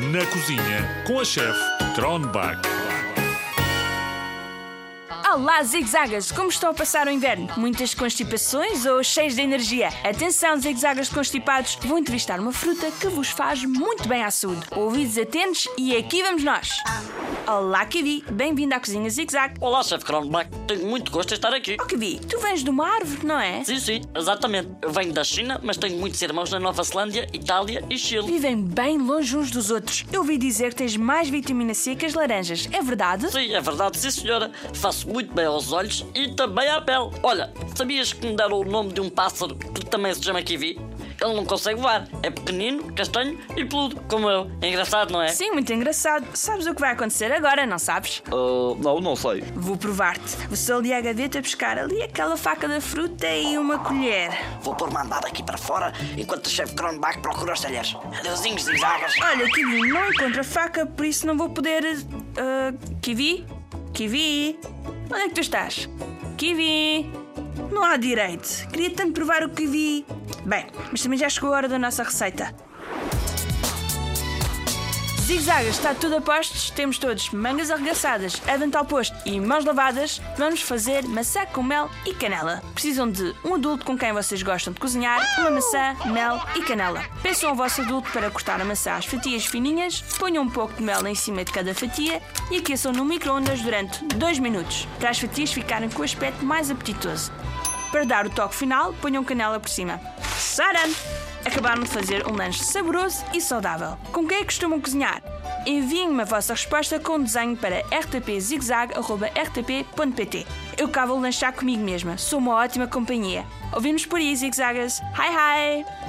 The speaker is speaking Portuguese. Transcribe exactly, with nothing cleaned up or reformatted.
Na cozinha com a chefe Kronbach. Olá, zigzagas! Como estão a passar o inverno? Muitas constipações ou cheios de energia? Atenção, zigzagas constipados! Vou entrevistar uma fruta que vos faz muito bem à saúde. Ouvidos atentos e aqui vamos nós! Olá, Kiwi! Bem-vindo à Cozinha Zigzag! Olá, chefe Kronbach. Tenho muito gosto em estar aqui. Oh, Kiwi, tu vens de uma árvore, não é? Sim, sim, exatamente. Eu venho da China, mas tenho muitos irmãos na Nova Zelândia, Itália e Chile. Vivem bem longe uns dos outros. Eu ouvi dizer que tens mais vitamina C que as laranjas. É verdade? Sim, é verdade, sim senhora. Faço muito bem aos olhos e também à pele. Olha, sabias que me deram o nome de um pássaro que também se chama Kiwi? Ele não consegue voar. É pequenino, castanho e peludo, como eu. É engraçado, não é? Sim, muito engraçado. Sabes o que vai acontecer agora, não sabes? Uh, não, não sei. Vou provar-te. Vou só ali à gaveta buscar ali aquela faca da fruta e uma colher. Vou pôr mandado aqui para fora enquanto o chefe Kronbach procura os talheres. Adeusinhos, zigzagas. Olha, Kiwi, não encontro a faca, por isso não vou poder... Uh, Kiwi? Kiwi? Onde é que tu estás? Kiwi? Não há direito. Queria tanto provar o Kiwi. Bem, mas também já chegou a hora da nossa receita. Zigzagas, está tudo a postos? Temos todos mangas arregaçadas, avental posto e mãos lavadas. Vamos fazer maçã com mel e canela. Precisam de um adulto com quem vocês gostam de cozinhar, uma maçã, mel e canela. Peçam ao vosso adulto para cortar a maçã às fatias fininhas, ponham um pouco de mel em cima de cada fatia e aqueçam no micro-ondas durante dois minutos, para as fatias ficarem com o aspecto mais apetitoso. Para dar o toque final, ponham canela por cima. Tcharam! Acabaram de fazer um lanche saboroso e saudável. Com quem é que costumam cozinhar? Enviem-me a vossa resposta com um desenho para r t p zigzag arroba r t p ponto p t. Eu cá vou lanchar comigo mesma. Sou uma ótima companhia. Ouvimos por aí, zigzagas. Hi, hi!